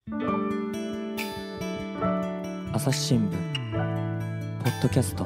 朝日新聞ポッドキャスト。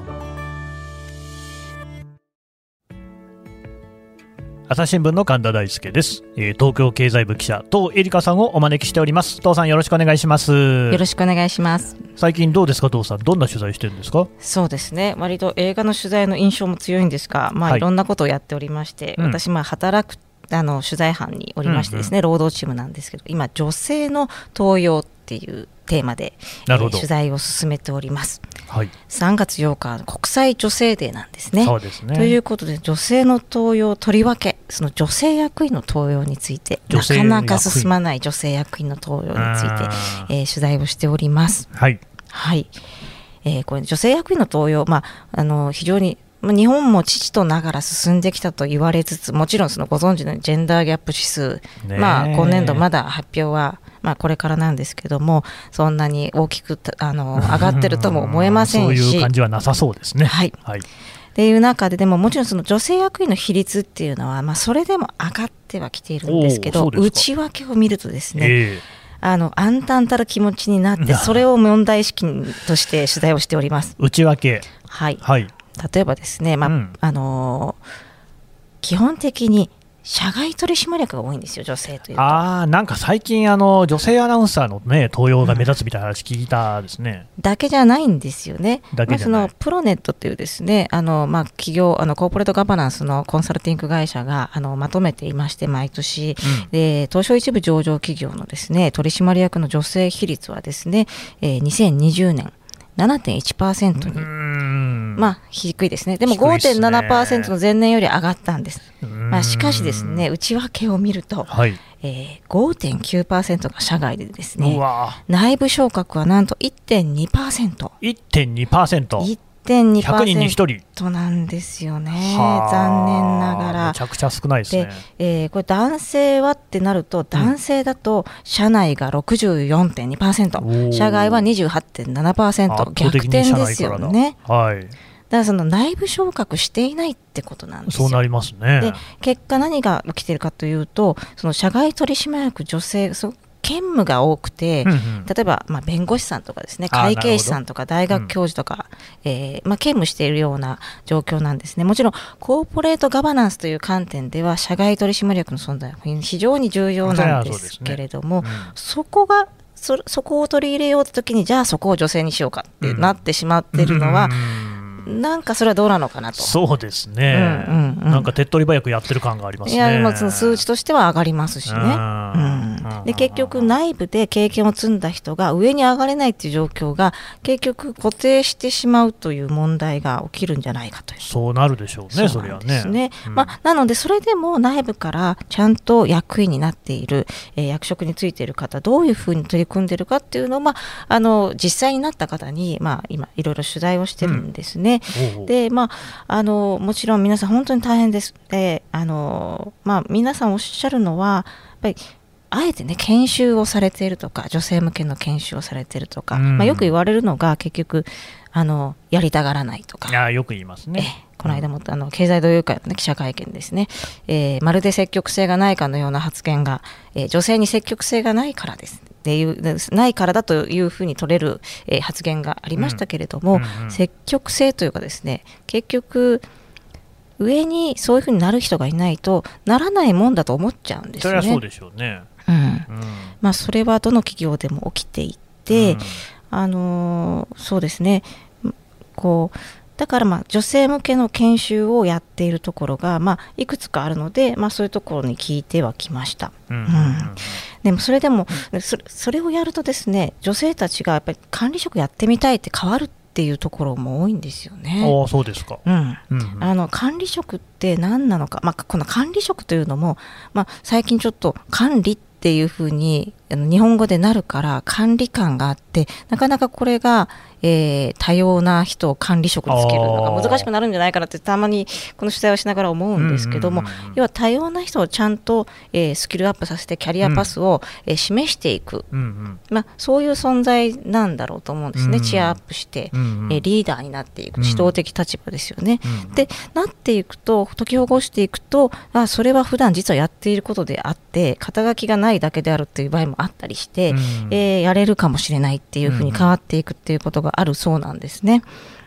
朝日新聞の神田大輔です。東京経済部記者東恵梨香さんをお招きしております。東さん、よろしくお願いします。 よろしくお願いします。 最近どうですか、東さん、どんな取材してるんですか？ そうですね、割と映画の取材の印象も強いんですが、いろんなことをやっておりまして、私働く取材班におりましてですね、労働チームなんですけど、今女性の登用っていうテーマで、取材を進めております。3月8日国際女性デーなんですね。 そうですね。 ということで、女性の登用、とりわけその女性役員の登用について、なかなか進まない女性役員の登用について、取材をしております。これ女性役員の登用、非常に日本も父とながら進んできたと言われつつ、もちろんそのご存知のジェンダーギャップ指数、今年度まだ発表はこれからなんですけども、そんなに大きく上がってるとも思えませんし、 そういう感じはなさそうですね。 っていう中で、でももちろんその女性役員の比率っていうのは、それでも上がってはきているんですけど、内訳を見るとですね、暗淡たる気持ちになって、それを問題意識として取材をしております。 内訳、 例えばですね、基本的に社外取締役が多いんですよ、女性というと。 なんか最近女性アナウンサーの、登用が目立つみたいな話聞いたですね。 だけじゃないんですよね。そのプロネットというですね、企業コーポレートガバナンスのコンサルティング会社がまとめていまして、毎年、で東証一部上場企業のですね、取締役の女性比率はですね、2020年7.1% に、低いですね。でも 5.7% の前年より上がったんです。しかしですね、内訳を見ると、5.9% が社外でですね、内部昇格はなんと 1.2%。 100人に1 人なんですよね。残念ながらめちゃくちゃ少ないですね。 これ男性はってなると、男性だと社内が 64.2%、社外は 28.7%、逆転ですよね。だからその内部昇格していないってことなんですよ。 そうなりますね。 で、結果何が起きているかというと、その社外取締役女性兼務が多くて、例えば、弁護士さんとかですね、会計士さんとか大学教授とか、兼務しているような状況なんですね。もちろんコーポレートガバナンスという観点では社外取締役の存在は非常に重要なんですけれども、そこを取り入れようときに、じゃあそこを女性にしようかってなってしまっているのは、なんかそれはどうなのかなと。 そうですね、なんか手っ取り早くやってる感がありますね。 いや、その数値としては上がりますしね。で、結局内部で経験を積んだ人が上に上がれないという状況が結局固定してしまうという問題が起きるんじゃないかという。 そうなるでしょうね。それはね。 なのでそれでも内部からちゃんと役員になっている、役職についている方、どういうふうに取り組んでいるかっていうのを、実際になった方に、今いろいろ取材をしてるんですね。で、もちろん皆さん本当に大変です。で、皆さんおっしゃるのは、やっぱりあえてね、研修をされているとか、女性向けの研修をされているとか、よく言われるのが、結局やりたがらないとか。 よく言いますね。 この間も経済同友会の、記者会見ですね、まるで積極性がないかのような発言が、女性に積極性がないからですないからだというふうに取れる、発言がありましたけれども、積極性というかですね、結局上にそういうふうになる人がいないとならないもんだと思っちゃうんですよね。 それはそうでしょうね。 それはどの企業でも起きていて、そうですね、だから女性向けの研修をやっているところがいくつかあるので、そういうところに聞いてはきました。でもそれでもそれをやるとですね、女性たちがやっぱり管理職やってみたいって変わるっていうところも多いんですよね。 そうですか。 管理職って何なのか、この管理職というのも、最近ちょっと管理っていうふうに日本語でなるから管理官があって、なかなかこれが、多様な人を管理職につけるのが難しくなるんじゃないかなってたまにこの取材をしながら思うんですけども、要は多様な人をちゃんと、スキルアップさせてキャリアパスを、示していく、そういう存在なんだろうと思うんですね。チアアップして、リーダーになっていく指導的立場ですよね。でなっていくと、解きほぐしていくと、それは普段実はやっていることであって肩書きがないだけであるという場合ももあったりして、やれるかもしれないっていうふうに変わっていくっていうことがあるそうなんですね。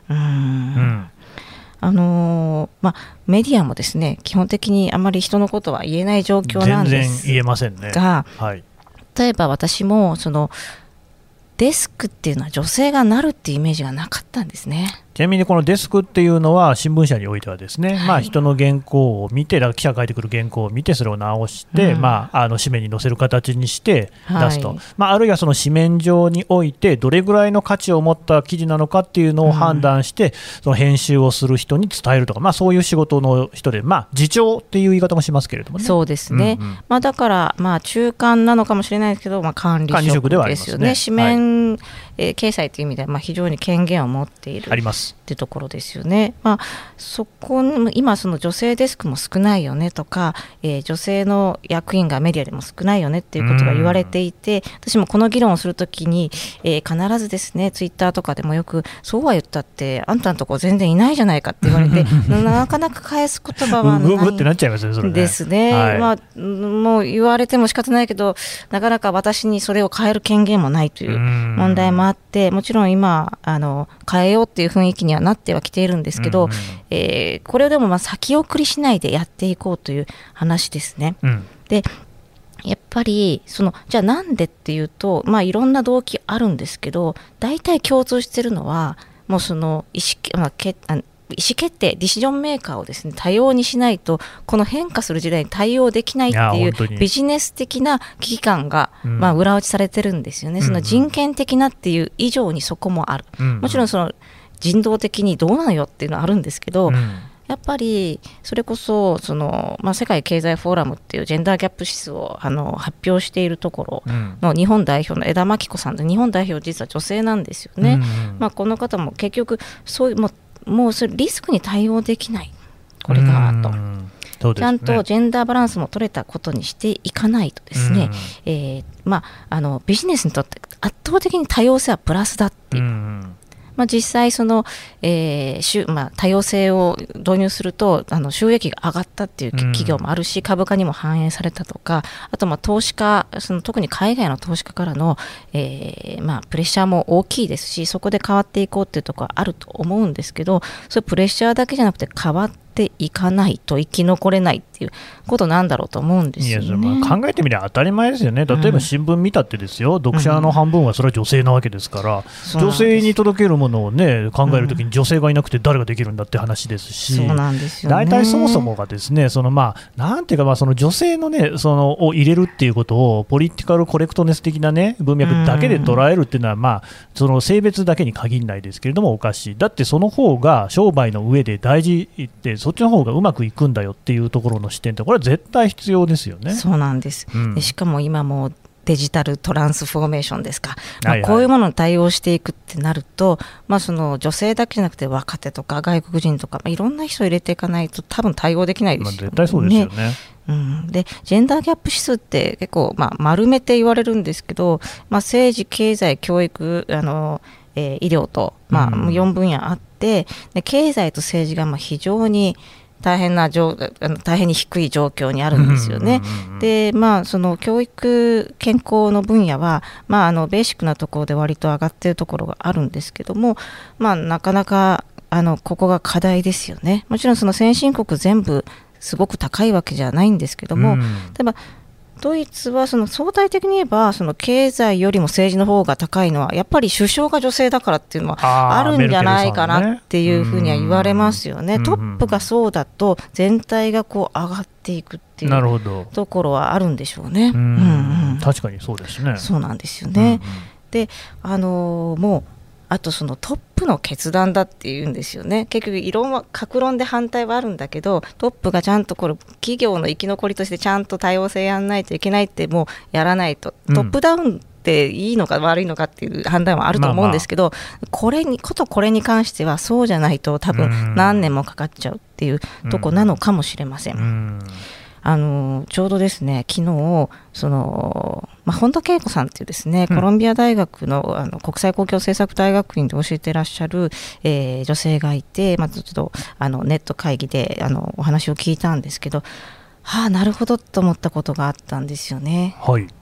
メディアもですね、基本的にあまり人のことは言えない状況なんですが、 全然言えませんね。はい、 例えば私もそのデスクっていうのは女性がなるっていうイメージがなかったんですね。 ちなみにこのデスクっていうのは新聞社においてはですね、人の原稿を見て、記者が書いてくる原稿を見てそれを直して、紙面に載せる形にして出すと、あるいはその紙面上においてどれぐらいの価値を持った記事なのかっていうのを判断して、その編集をする人に伝えるとか、そういう仕事の人で、次長っていう言い方もしますけれどもね。 そうですね、だから中間なのかもしれないですけど、管理職ですよね。紙面、掲載という意味では非常に権限を持っているありますっていうところですよね。そこに今その女性デスクも少ないよねとか、女性の役員がメディアでも少ないよねっていうことが言われていて、私もこの議論をするときに、必ずですねツイッターとかでもよくそうは言ったってあんたのとこ全然いないじゃないかって言われてなかなか返す言葉はないってなっちゃいますね、それね。 ですね。もう言われても仕方ないけど、なかなか私にそれを変える権限もないという問題もあって、もちろん今変えようっていう雰囲気にはなってはきているんですけど、これをでも先送りしないでやっていこうという話ですね。でやっぱりじゃあなんでっていうと、いろんな動機あるんですけど、大体共通しているのはもうその意思決定、ディシジョンメーカーをですね多様にしないとこの変化する時代に対応できないっていうビジネス的な危機感が裏打ちされてるんですよね。その人権的なっていう以上にそこもある。もちろんその人道的にどうなのよっていうのはあるんですけど、やっぱりそれこそ世界経済フォーラムっていうジェンダーギャップ指数を発表しているところの日本代表の枝牧子さんで、日本代表実は女性なんですよね。この方も結局そういうもうそれリスクに対応できない、これがと、ちゃんとジェンダーバランスも取れたことにしていかないとですね、ビジネスにとって圧倒的に多様性はプラスだっていう、実際多様性を導入すると収益が上がったっていう企業もあるし、株価にも反映されたとか、あと投資家、特に海外の投資家からの、プレッシャーも大きいですし、そこで変わっていこうっていうところはあると思うんですけど、それプレッシャーだけじゃなくて変わっていかないと生き残れないっていうことなんだろうと思うんですよね。 考えてみれば当たり前ですよね。例えば新聞見たってですよ、読者の半分はそれは女性なわけですから、女性に届けるものをね考えるときに女性がいなくて誰ができるんだって話ですし、 そうなんですよね。 大体そもそもがですね、なんていうか、その女性のねを入れるっていうことをポリティカルコレクトネス的なね文脈だけで捉えるっていうのは、その性別だけに限らないですけれどもおかしい。だってその方が商売の上で大事で、そっちの方がうまくいくんだよっていうところの視点って、これは絶対必要ですよね。 そうなんです、でしかも今もデジタルトランスフォーメーションですか、こういうものに対応していくってなると、その女性だけじゃなくて若手とか外国人とか、いろんな人を入れていかないと多分対応できないですよね。 絶対そうですよね。 でジェンダーギャップ指数って結構、丸めて言われるんですけど、政治、経済、教育、医療と、4分野あって、で経済と政治が非常に大変に低い状況にあるんですよね。でその教育健康の分野は、ベーシックなところで割と上がっているところがあるんですけども、なかなかここが課題ですよね。もちろんその先進国全部すごく高いわけじゃないんですけども、例えばドイツは相対的に言えば経済よりも政治の方が高いのはやっぱり首相が女性だからっていうのはあるんじゃないかなっていうふうには言われますよね。トップがそうだと全体が上がっていくっていうところはあるんでしょうね。 確かにそうですね。 そうなんですよね。でもうあとトップの決断だっていうんですよね。結局異論は各論で反対はあるんだけど、トップがちゃんと企業の生き残りとしてちゃんと多様性やらないといけないってもうやらないと、トップダウンっていいのか悪いのかっていう判断はあると思うんですけど、これに関してはそうじゃないと多分何年もかかっちゃうっていうとこなのかもしれません。ちょうどですね昨日本田恵子さんっていうですね、コロンビア大学の、国際公共政策大学院で教えてらっしゃる、女性がいて、ちょっとネット会議でお話を聞いたんですけど、なるほどと思ったことがあったんですよね。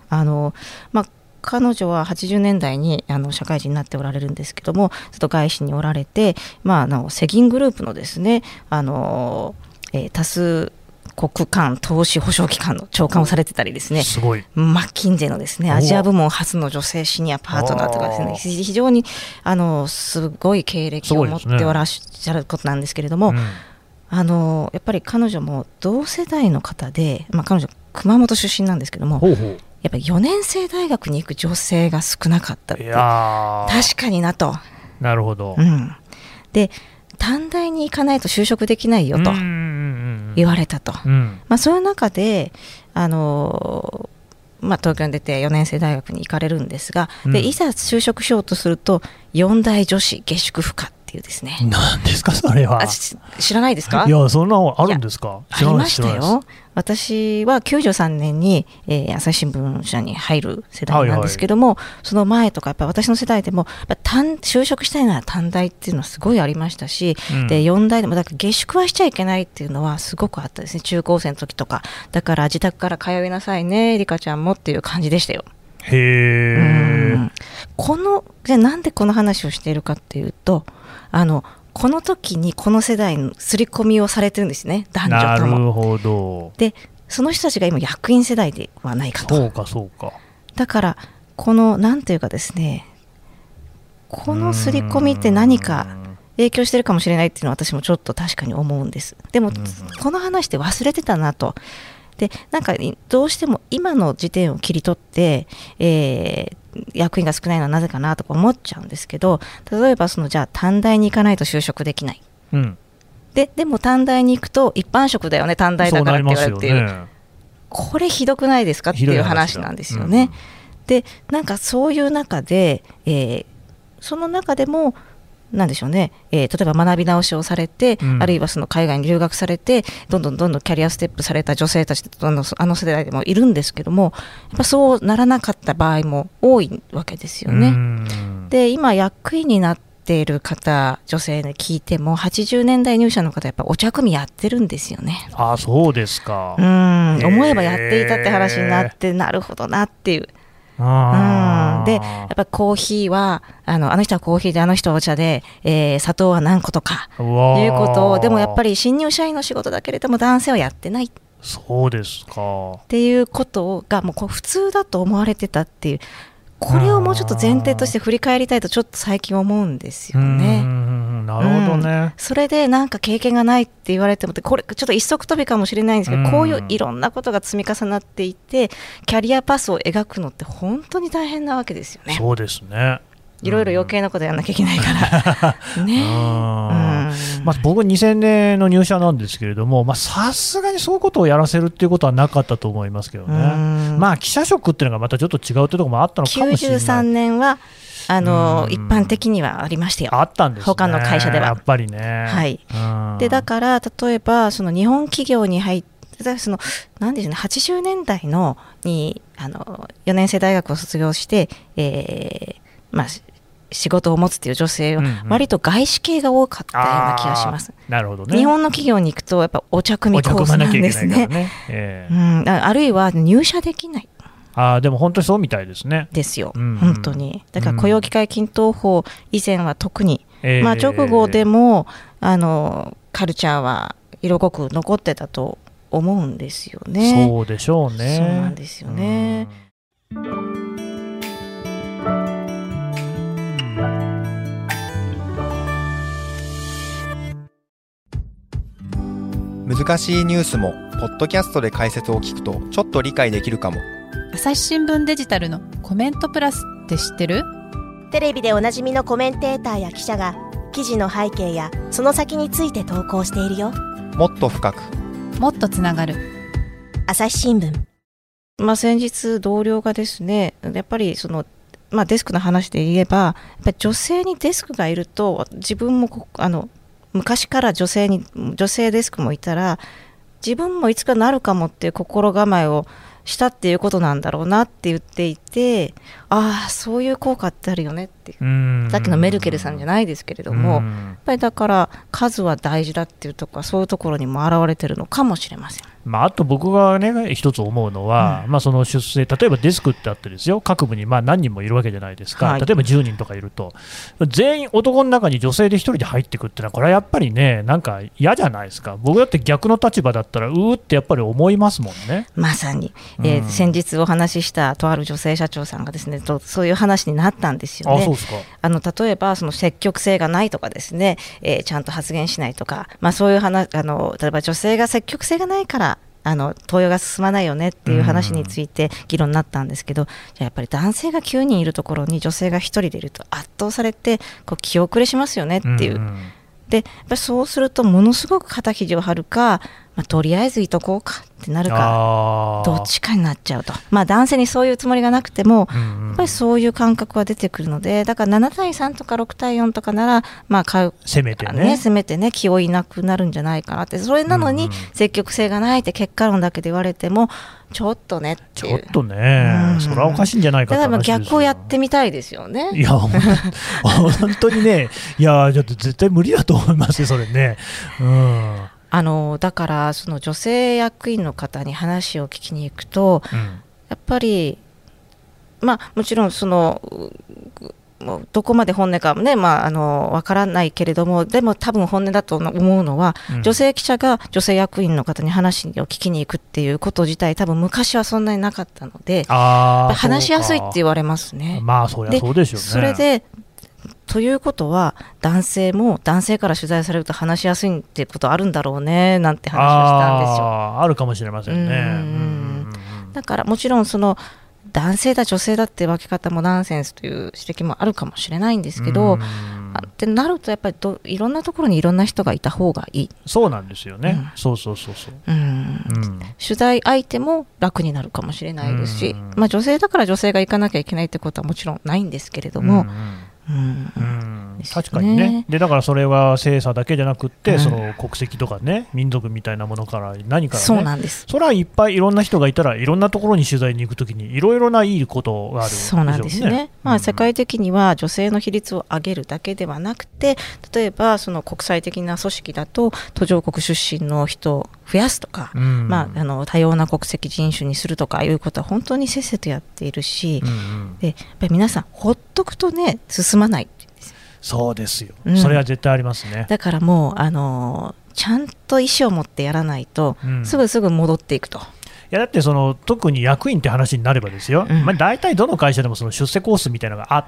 彼女は80年代に社会人になっておられるんですけども、ちょっと外資におられて、世銀グループのですね、多数国間投資保証機関の長官をされてたりですね、 すごいマッキンゼのですね、アジア部門初の女性シニアパートナーとかですね、非常にすごい経歴を持っておらっしゃることなんですけれども、やっぱり彼女も同世代の方で、彼女熊本出身なんですけども、やっぱり4年生大学に行く女性が少なかったって、確かになと。 なるほど、 で短大に行かないと就職できないよと言われたと、そういう中で東京に出て4年生大学に行かれるんですが、でいざ就職しようとすると4大女子下宿不可っていうですね。 何ですかそれは。 知らないですか。 いや、そんなのあるんですか。 ありましたよ。私は93年に、朝日新聞社に入る世代なんですけども、その前とかやっぱ私の世代でも就職したいなら短大っていうのはすごいありましたし、で4大でもだから下宿はしちゃいけないっていうのはすごくあったですね。中高生の時とかだから自宅から通いなさいねリカちゃんもっていう感じでしたよ。じゃあなんでこの話をしているかっていうと、この時にこの世代の刷り込みをされてるんですね、男女とも。 なるほど。 でその人たちが今役員世代ではないかと。 そうか。 だからこのなんていうかですね、この刷り込みって何か影響してるかもしれないっていうのは私もちょっと確かに思うんです。でもこの話って忘れてたなと。でなんかどうしても今の時点を切り取って、役員が少ないのはなぜかなとか思っちゃうんですけど、例えばじゃあ短大に行かないと就職できない、でも短大に行くと一般職だよね短大だからって言われるっていう、これひどくないですかっていう話なんですよね。でなんかそういう中で、その中でもなんでしょうね、例えば学び直しをされて、あるいは海外に留学されてどんどんキャリアステップされた女性たちって世代でもいるんですけども、やっぱそうならなかった場合も多いわけですよね。で今役員になっている方女性に聞いても80年代入社の方やっぱお茶組やってるんですよね。 そうですか。 思えばやっていたって話になって、なるほどなっていう。でやっぱコーヒーはあの人はコーヒーであの人はお茶で、砂糖は何個とかいうことを、でもやっぱり新入社員の仕事だけれども男性はやってない。 そうですかっていうことがもう普通だと思われてたっていう、これをもうちょっと前提として振り返りたいとちょっと最近思うんですよね。 なるほどね。 それでなんか経験がないって言われても、これちょっと一足飛びかもしれないんですけど、こういういろんなことが積み重なっていてキャリアパスを描くのって本当に大変なわけですよね。 そうですね。 いろいろ余計なことやらなきゃいけないからね。 僕2000年の入社なんですけれども、さすがにそういうことをやらせるっていうことはなかったと思いますけどね。記者職っていうのがまたちょっと違うというところもあったのかもしれない。 93年は一般的にはありましたよ。 あったんですね。 他の会社ではやっぱりね。 はい。でだから例えばその日本企業に入ってなんでしょうね、80年代に4年生大学を卒業して、仕事を持つっていう女性は割と外資系が多かったような気がします。 なるほどね。 日本の企業に行くとやっぱお茶組コースなんですね。あるいは入社できない。 でも本当にそうみたいですね。 ですよ、本当に。だから雇用機会均等法以前は特に、直後でもカルチャーは色濃く残ってたと思うんですよね。 そうでしょうね。 そうなんですよね。 難しいニュースもポッドキャストで解説を聞くとちょっと理解できるかも。 朝日新聞デジタルのコメントプラスって知ってる？ テレビでおなじみのコメンテーターや記者が記事の背景やその先について投稿しているよ。 もっと深く、 もっとつながる。 朝日新聞。 先日同僚がですね、やっぱりデスクの話で言えば、やっぱり女性にデスクがいると、自分も昔から女性デスクもいたら自分もいつかなるかもっていう心構えをしたっていうことなんだろうなって言っていて、 そういう効果ってあるよねっていう、さっきのメルケルさんじゃないですけれども、やっぱりだから数は大事だっていうところはそういうところにも現れてるのかもしれません。 あと僕がね一つ思うのは、その出世、例えばデスクってあってですよ、各部に何人もいるわけじゃないですか、例えば10人とかいると、全員男の中に女性で1人で入っていくっていうのは、これはやっぱりね、なんか嫌じゃないですか。僕だって逆の立場だったらってやっぱり思いますもんね。 まさに、先日お話ししたとある女性社長さんがですね、そういう話になったんですよね。 そうですか。 例えばその積極性がないとかですね、ちゃんと発言しないとか、そういう話、例えば女性が積極性がないから登用が進まないよねっていう話について議論になったんですけど、じゃあやっぱり男性が9人いるところに女性が1人でいると圧倒されて気遅れしますよねっていう、でやっぱりそうするとものすごく肩肘を張るか、とりあえずいとこうかってなるか、どっちかになっちゃうと、男性にそういうつもりがなくても、やっぱりそういう感覚は出てくるので、だから7対3とか6対4とかなら、 せめてね気負いなくなるんじゃないかなって。それなのに積極性がないって結果論だけで言われてもちょっとねっていう、 それはおかしいんじゃないかって話ですよ。 だから逆をやってみたいですよね。 いや本当にね、いやちょっと絶対無理だと思いますよそれね。 だからその女性役員の方に話を聞きに行くと、やっぱりもちろんそのどこまで本音かね、わからないけれども、でも多分本音だと思うのは、女性記者が女性役員の方に話を聞きに行くっていうこと自体多分昔はそんなになかったので、話しやすいって言われますね。 そりゃそうでしょうね。 それでということは男性も男性から取材されると話しやすいっていうことあるんだろうねなんて話をしたんですよ。 あるかもしれませんね。 だからもちろんその男性だ女性だって分け方もナンセンスという指摘もあるかもしれないんですけど、ってなるとやっぱりいろんなところにいろんな人がいた方がいい。 そうなんですよね。そう取材相手も楽になるかもしれないですし、女性だから女性が行かなきゃいけないってことはもちろんないんですけれども、 確かにね。でだからそれは性差だけじゃなくって、その国籍とかね、民族みたいなものから何からね、 そうなんです。 それはいっぱいいろんな人がいたらいろんなところに取材に行くときにいろいろないいことがあるでしょうね。 そうなんですね。世界的には女性の比率を上げるだけではなくて、例えばその国際的な組織だと途上国出身の人を増やすとか、多様な国籍人種にするとかいうことは本当にせっせとやっているし、でやっぱり皆さんほっとくとね進まないって言うんですよ。 そうですよ、それは絶対ありますね。 だからもうちゃんと意思を持ってやらないと、すぐ戻っていくと。 いやだって特に役員って話になればですよ、大体どの会社でもその出世コースみたいなのがあって、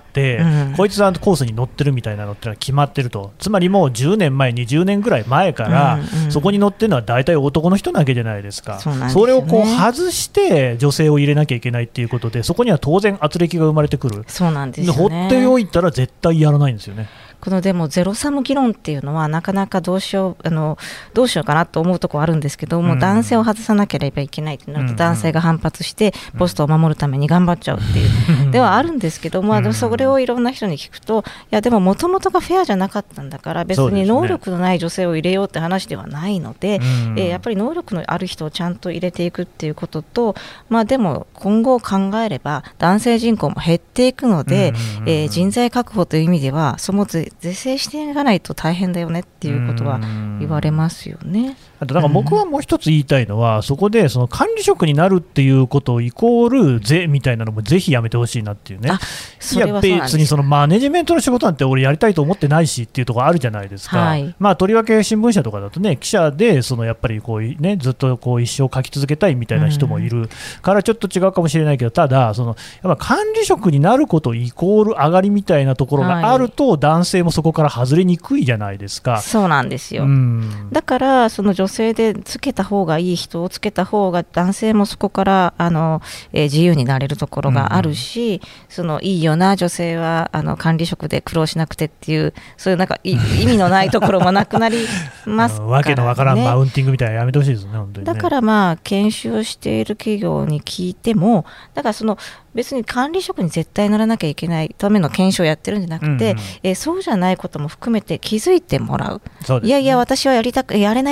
こいつはコースに乗ってるみたいなのってのは決まってると。つまりもう10年前20年ぐらい前から、そこに乗ってるのは大体男の人なわけじゃないですか。それを外して女性を入れなきゃいけないっていうことで、そこには当然圧力が生まれてくる。 そうなんですよね。 放っておいたら絶対やらないんですよね。 このでもゼロサム議論っていうのはなかなかどうしようかなと思うところあるんですけども、男性を外さなければいけないとなると、男性が反発してポストを守るために頑張っちゃうっていうではあるんですけども、それをいろんな人に聞くと、いやでももともとがフェアじゃなかったんだから、別に能力のない女性を入れようって話ではないので、やっぱり能力のある人をちゃんと入れていくっていうことと、でも今後考えれば男性人口も減っていくので、人材確保という意味ではそも是正していかないと大変だよねっていうことは言われますよね。 あとだから僕はもう一つ言いたいのは、そこでその管理職になるっていうことイコール税みたいなのもぜひやめてほしいなっていうね。いや別にそのマネジメントの仕事なんて俺やりたいと思ってないしっていうところあるじゃないですか。とりわけ新聞社とかだとね、記者でやっぱりずっと一生書き続けたいみたいな人もいるからちょっと違うかもしれないけど、ただやっぱ管理職になることイコール上がりみたいなところがあると、男性もそこから外れにくいじゃないですか。 そうなんですよ。だからその女性でつけた方がいい人をつけた方が男性もそこから自由になれるところがあるし、いいよな女性は管理職で苦労しなくてっていう、そういうなんか意味のないところもなくなりますからね。 わけのわからんマウンティングみたいなやめてほしいですね、本当にね。だから研修をしている企業に聞いても、だから別に管理職に絶対ならなきゃいけないための研修をやってるんじゃなくて、そうじゃないことも含めて気づいてもらう。いやいや私はやれないです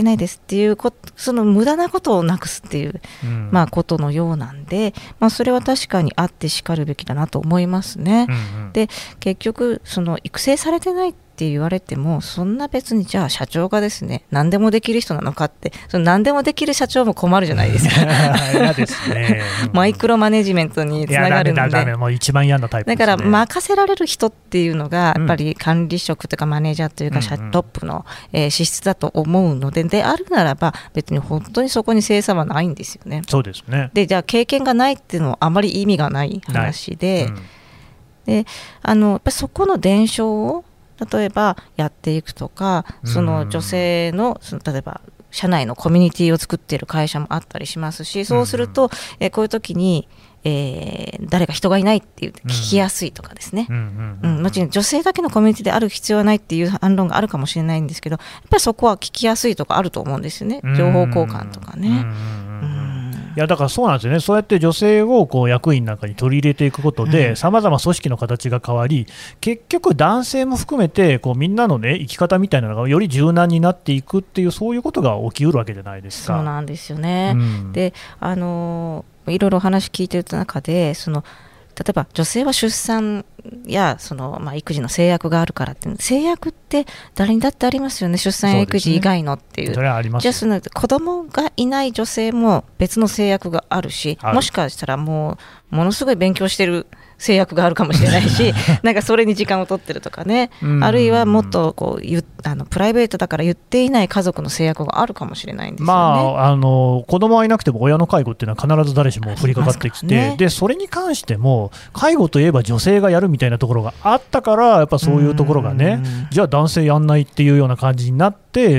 ないですっていうその無駄なことをなくすっていう、ことのようなんで、それは確かにあってしかるべきだなと思いますね。で結局その育成されてないって言われても、そんな別にじゃあ社長がですね何でもできる人なのかって、その何でもできる社長も困るじゃないですか。 嫌ですね。 マイクロマネジメントにつながるので、 もう一番嫌なタイプですね。 だから任せられる人っていうのがやっぱり管理職というかマネージャーというかトップの資質だと思うので、であるならば別に本当にそこに精査はないんですよね。 そうですね。 でじゃあ経験がないっていうのはあまり意味がない話で、でやっぱりそこの伝承を例えばやっていくとか、その女性の例えば社内のコミュニティを作っている会社もあったりしますし、そうすると、こういう時に、誰か人がいないっていう聞きやすいとかですね、もちろん女性だけのコミュニティである必要はないっていう反論があるかもしれないんですけど、やっぱりそこは聞きやすいとかあると思うんですよね、情報交換とかね。 いやだからそうなんですよね。そうやって女性をこう役員の中に取り入れていくことでさまざま組織の形が変わり、結局男性も含めてこうみんなの、ね、生き方みたいなのがより柔軟になっていくっていう、そういうことが起きうるわけじゃないですか。 そうなんですよね、でいろいろお話聞いてる中で、例えば女性は出産や育児の制約があるからって、制約って誰にだってありますよね、出産や育児以外のっていう。 それはありますよ。 じゃあ子供がいない女性も別の制約があるし、もしかしたらものすごい勉強してる制約があるかもしれないしなんかそれに時間を取ってるとかね、あるいはもっとプライベートだから言っていない家族の制約があるかもしれないんですよね。 子供はいなくても親の介護っていうのは必ず誰しも降りかかってきて、でそれに関しても介護といえば女性がやるみたいなところがあったから、やっぱそういうところがね、じゃあ男性やんないっていうような感じになって、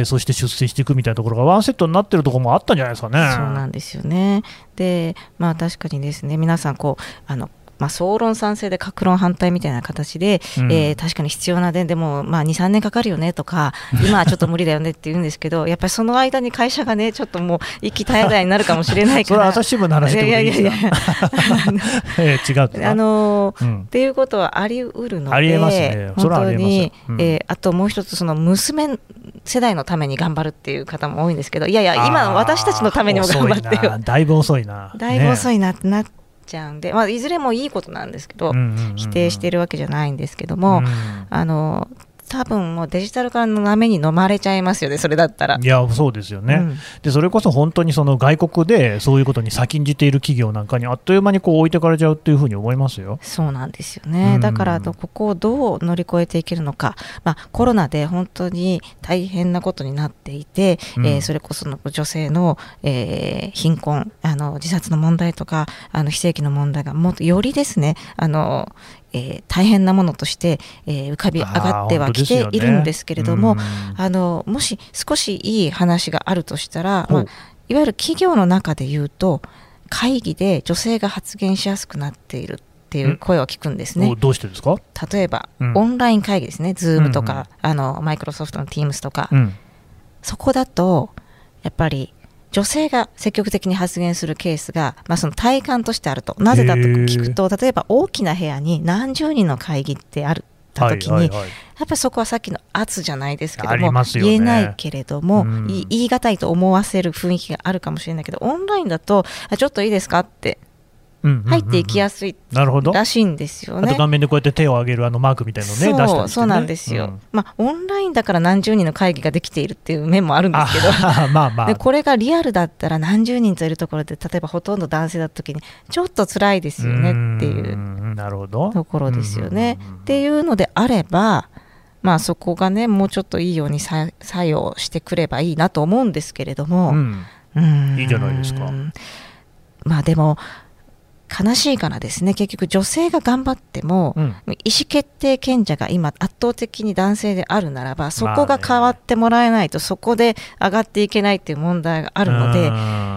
そして出世していくみたいなところがワンセットになってるところもあったんじゃないですかね。 そうなんですよね。で確かにですね、皆さん総論賛成で各論反対みたいな形で、確かに必要なでも2、3年かかるよねとか、今はちょっと無理だよねって言うんですけど、やっぱりその間に会社がねちょっともう息絶え絶えになるかもしれないからそれは朝日新聞の話ってことでいいですか。違うっていうことはあり得るので、 ありえますね。 本当に、あともう一つ、娘世代のために頑張るっていう方も多いんですけど、いやいや今の私たちのためにも頑張ってよ。 だいぶ遅いな。 だいぶ遅いなってなってちゃうんで、いずれもいいことなんですけど、否定しているわけじゃないんですけども、多分もうデジタル化の波に飲まれちゃいますよね、それだったら。 いやそうですよね、でそれこそ本当にその外国でそういうことに先んじている企業なんかにあっという間にこう置いてかれちゃうっていうふうに思いますよ。 そうなんですよね。だからここをどう乗り越えていけるのか、コロナで本当に大変なことになっていて、それこその女性の、貧困自殺の問題とか非正規の問題がもっとよりですね大変なものとして、浮かび上がってはきているんですけれども、もし少しいい話があるとしたら、いわゆる企業の中でいうと会議で女性が発言しやすくなっているっていう声を聞くんですね。 どうしてですか？ 例えば、オンライン会議ですね、Zoom とか、マイクロソフトの Teams とか、そこだとやっぱり女性が積極的に発言するケースが、その体感としてあると。なぜだと聞くと、例えば大きな部屋に何十人の会議ってあった時に、やっぱりそこはさっきの圧じゃないですけども、言えないけれども、言い難いと思わせる雰囲気があるかもしれないけど、オンラインだとちょっといいですかって入っていきやすいらしいんですよね。 あと画面でこうやって手を挙げるマークみたいなのね、出したりしてね。 そうなんですよ、オンラインだから何十人の会議ができているっていう面もあるんですけどでこれがリアルだったら何十人といるところで、例えばほとんど男性だった時にちょっと辛いですよねっていうところですよね。っていうのであれば、そこがねもうちょっといいように作用してくればいいなと思うんですけれども、 いいじゃないですか。 でも悲しいからですね、結局女性が頑張っても、意思決定権者が今圧倒的に男性であるならば、そこが変わってもらえないとそこで上がっていけないっていう問題があるので、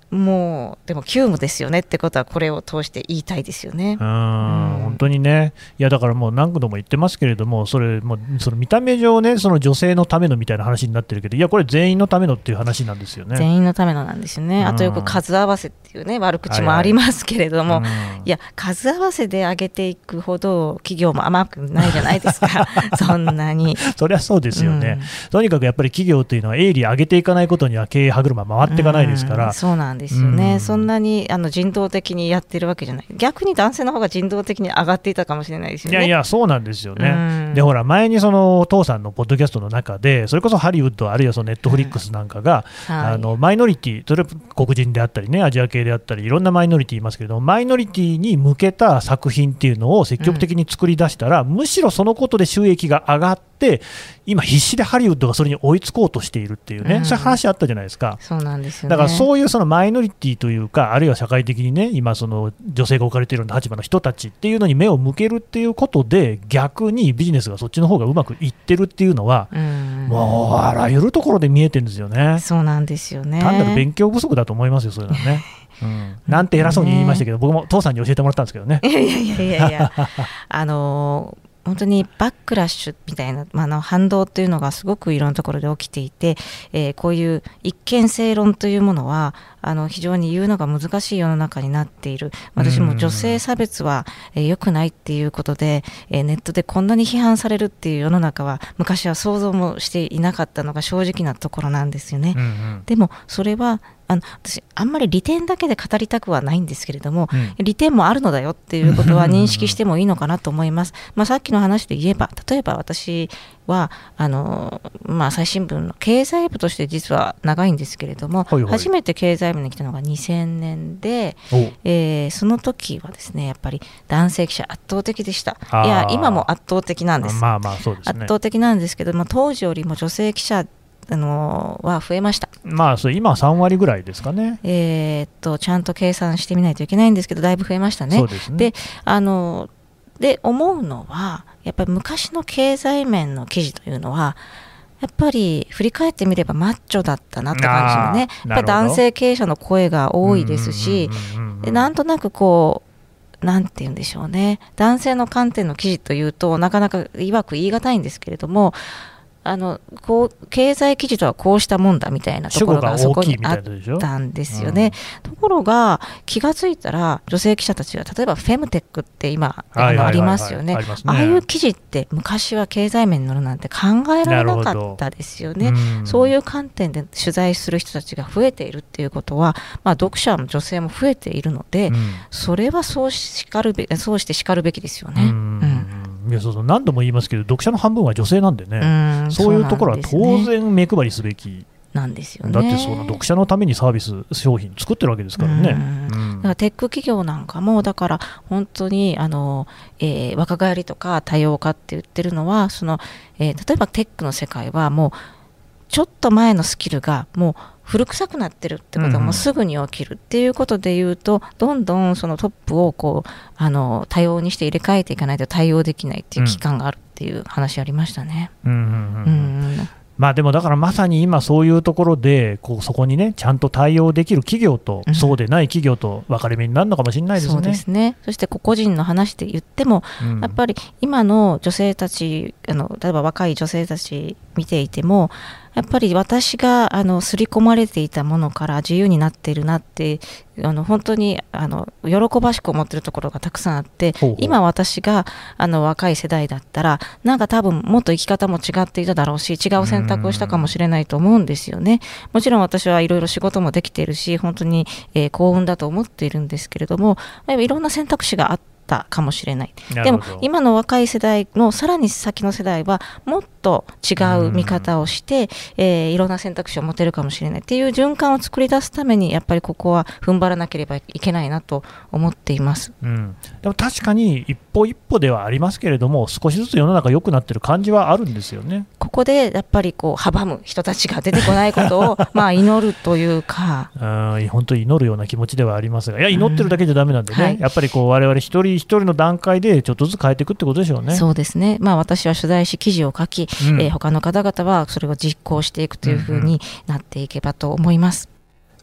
もうでも急務ですよねってことはこれを通して言いたいですよね。 本当にね。いやだからもう何度も言ってますけれども、それもうその見た目上ね、その女性のためのみたいな話になってるけど、いやこれ全員のためのっていう話なんですよね。 全員のためのなんですよね。あとよく数合わせっていうね悪口もありますけれども、いや数合わせで上げていくほど企業も甘くないじゃないですかそんなに。 そりゃそうですよね、とにかくやっぱり企業というのは営利上げていかないことには経営歯車回っていかないですから、 そうなんですよね、そんなに人道的にやってるわけじゃない。逆に男性の方が人道的に上がっていたかもしれないですよね。 いやいやそうなんですよね、でほら前にその父さんのポッドキャストの中でそれこそハリウッドあるいはそのネットフリックスなんかが、マイノリティ、それ黒人であったりねアジア系であったりいろんなマイノリティいますけれども、マイノリティに向けた作品っていうのを積極的に作り出したら、むしろそのことで収益が上がって今必死でハリウッドがそれに追いつこうとしているっていうね、そういう話あったじゃないですか。 そうなんですよね。 だからそういうそのマイノリティというか、あるいは社会的にね今その女性が置かれているような立場の人たちっていうのに目を向けるっていうことで、逆にビジネスがそっちの方がうまくいってるっていうのは、もうあらゆるところで見えてるんですよね。 そうなんですよね。 単なる勉強不足だと思いますよ、そういうのはねなんて偉そうに言いましたけど、僕も父さんに教えてもらったんですけどね。 いや本当にバックラッシュみたいな、反動というのがすごくいろんなところで起きていて、こういう一見正論というものは非常に言うのが難しい世の中になっている。私も女性差別は良くないっていうことで、ネットでこんなに批判されるっていう世の中は昔は想像もしていなかったのが正直なところなんですよね。でもそれは私あんまり利点だけで語りたくはないんですけれども、利点もあるのだよっていうことは認識してもいいのかなと思います。さっきの話で言えば、例えば私は朝日新聞の経済部として実は長いんですけれども、初めて経済部に来たのが2000年で、その時はですねやっぱり男性記者圧倒的でした。いや今も圧倒的なんです。 そうですね、 圧倒的なんですけども、当時よりも女性記者は増えました。 それ今は3割ぐらいですかね。 ちゃんと計算してみないといけないんですけど、だいぶ増えましたね。 そうですね。 で思うのはやっぱり昔の経済面の記事というのはやっぱり振り返ってみればマッチョだったなって感じのね、やっぱり男性経営者の声が多いですし、なんとなくなんて言うんでしょうね、男性の観点の記事というとなかなかいわく言い難いんですけれども、経済記事とはこうしたもんだみたいなところがそこにあったんですよね。ところが気がついたら女性記者たちが例えばフェムテックって今ありますよね。ああいう記事って昔は経済面に載るなんて考えられなかったですよね。そういう観点で取材する人たちが増えているっていうことは、読者も女性も増えているので、それはそうしてしかるべきですよね。 いやそう何度も言いますけど、読者の半分は女性なんでね、そういうところは当然目配りすべきなんですよね。 だってその読者のためにサービス商品作ってるわけですからね。 だからテック企業なんかもだから本当に若返りとか多様化って言ってるのは例えばテックの世界はもうちょっと前のスキルがもう古臭くなってるってことはもうすぐに起きるっていうことでいうと、どんどんそのトップを多様にして入れ替えていかないと対応できないっていう期間があるっていう話ありましたね。 でもだからまさに今そういうところでそこにねちゃんと対応できる企業と、そうでない企業と分かれ目になるのかもしれないですね。 そうですね。そして個々人の話で言っても、やっぱり今の女性たち例えば若い女性たち見ていてもやっぱり私が刷り込まれていたものから自由になっているなって本当に喜ばしく思っているところがたくさんあって、今私が若い世代だったらなんか多分もっと生き方も違っていただろうし、違う選択をしたかもしれないと思うんですよね。もちろん私はいろいろ仕事もできているし本当に、幸運だと思っているんですけれども、いろんな選択肢があったかもしれない。でも今の若い世代のさらに先の世代はもっと違う見方をして、いろんな選択肢を持てるかもしれないっていう循環を作り出すためにやっぱりここは踏ん張らなければいけないなと思っています。 でも確かに一歩一歩ではありますけれども、少しずつ世の中良くなってる感じはあるんですよね。 ここでやっぱり阻む人たちが出てこないことを祈るというか本当に祈るような気持ちではありますが、いや祈ってるだけじゃダメなんでね、やっぱり我々一人一人の段階でちょっとずつ変えていくってことでしょうね。 そうですね。私は取材し記事を書き、他の方々はそれを実行していくというふうになっていけばと思います。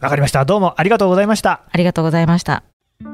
わかりました。どうもありがとうございました。 ありがとうございました。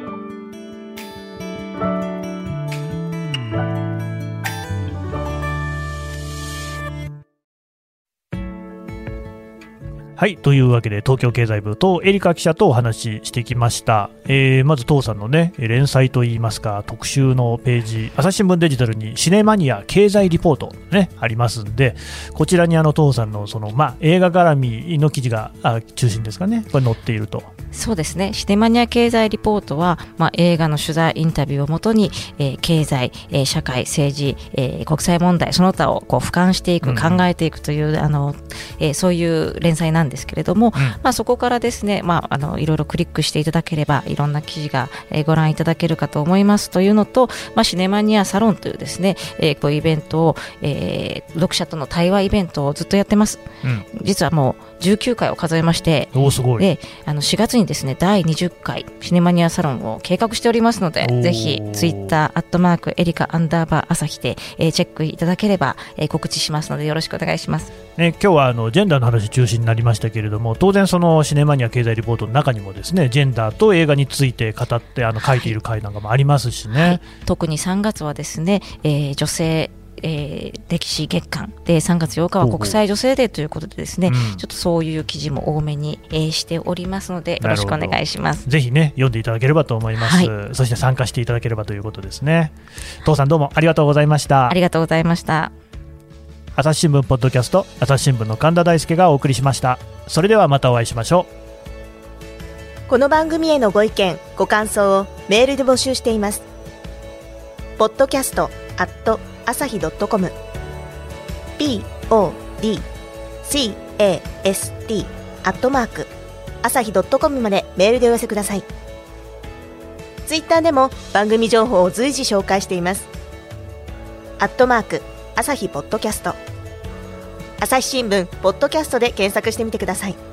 はい、というわけで東京経済部とエリカ記者とお話ししてきました。まず当さんのね連載といいますか特集のページ、朝日新聞デジタルにシネマニア経済リポートねありますんで、こちらに当さんの映画絡みの記事が中心ですかね、これ載っていると。 そうですね、シネマニア経済リポートは、映画の取材インタビューをもとに、経済、社会政治、国際問題その他をこう俯瞰していく、考えていくというそういう連載なんですけれども、そこからですね、いろいろクリックしていただければいろんな記事が、ご覧いただけるかと思いますというのと、シネマニアサロンというですね、こういうイベントを、読者との対話イベントをずっとやってます。実はもう19回を数えまして、 すごい。 で4月にですね第20回シネマニアサロンを計画しておりますので、ぜひツイッターエリカ_朝日で、チェックいただければ、告知しますのでよろしくお願いします。 今日はジェンダーの話中心になりましたけれども、当然そのシネマニア経済リポートの中にもですねジェンダーと映画について語って書いている回なんかもありますしね、 特に3月はですね、女性歴史月間で3月8日は国際女性デーということでですね、ちょっとそういう記事も多めに、しておりますのでよろしくお願いします。 ぜひね読んでいただければと思います、そして参加していただければということですね。父さんどうもありがとうございました。 ありがとうございました。 朝日新聞ポッドキャスト、朝日新聞の神田大輔がお送りしました。それではまたお会いしましょう。この番組へのご意見ご感想をメールで募集しています。podcast@asahi.com podcast@ 朝日.com までメールでお寄せください。ツイッターでも番組情報を随時紹介しています。朝日ポッドキャスト、朝日新聞ポッドキャストで検索してみてください。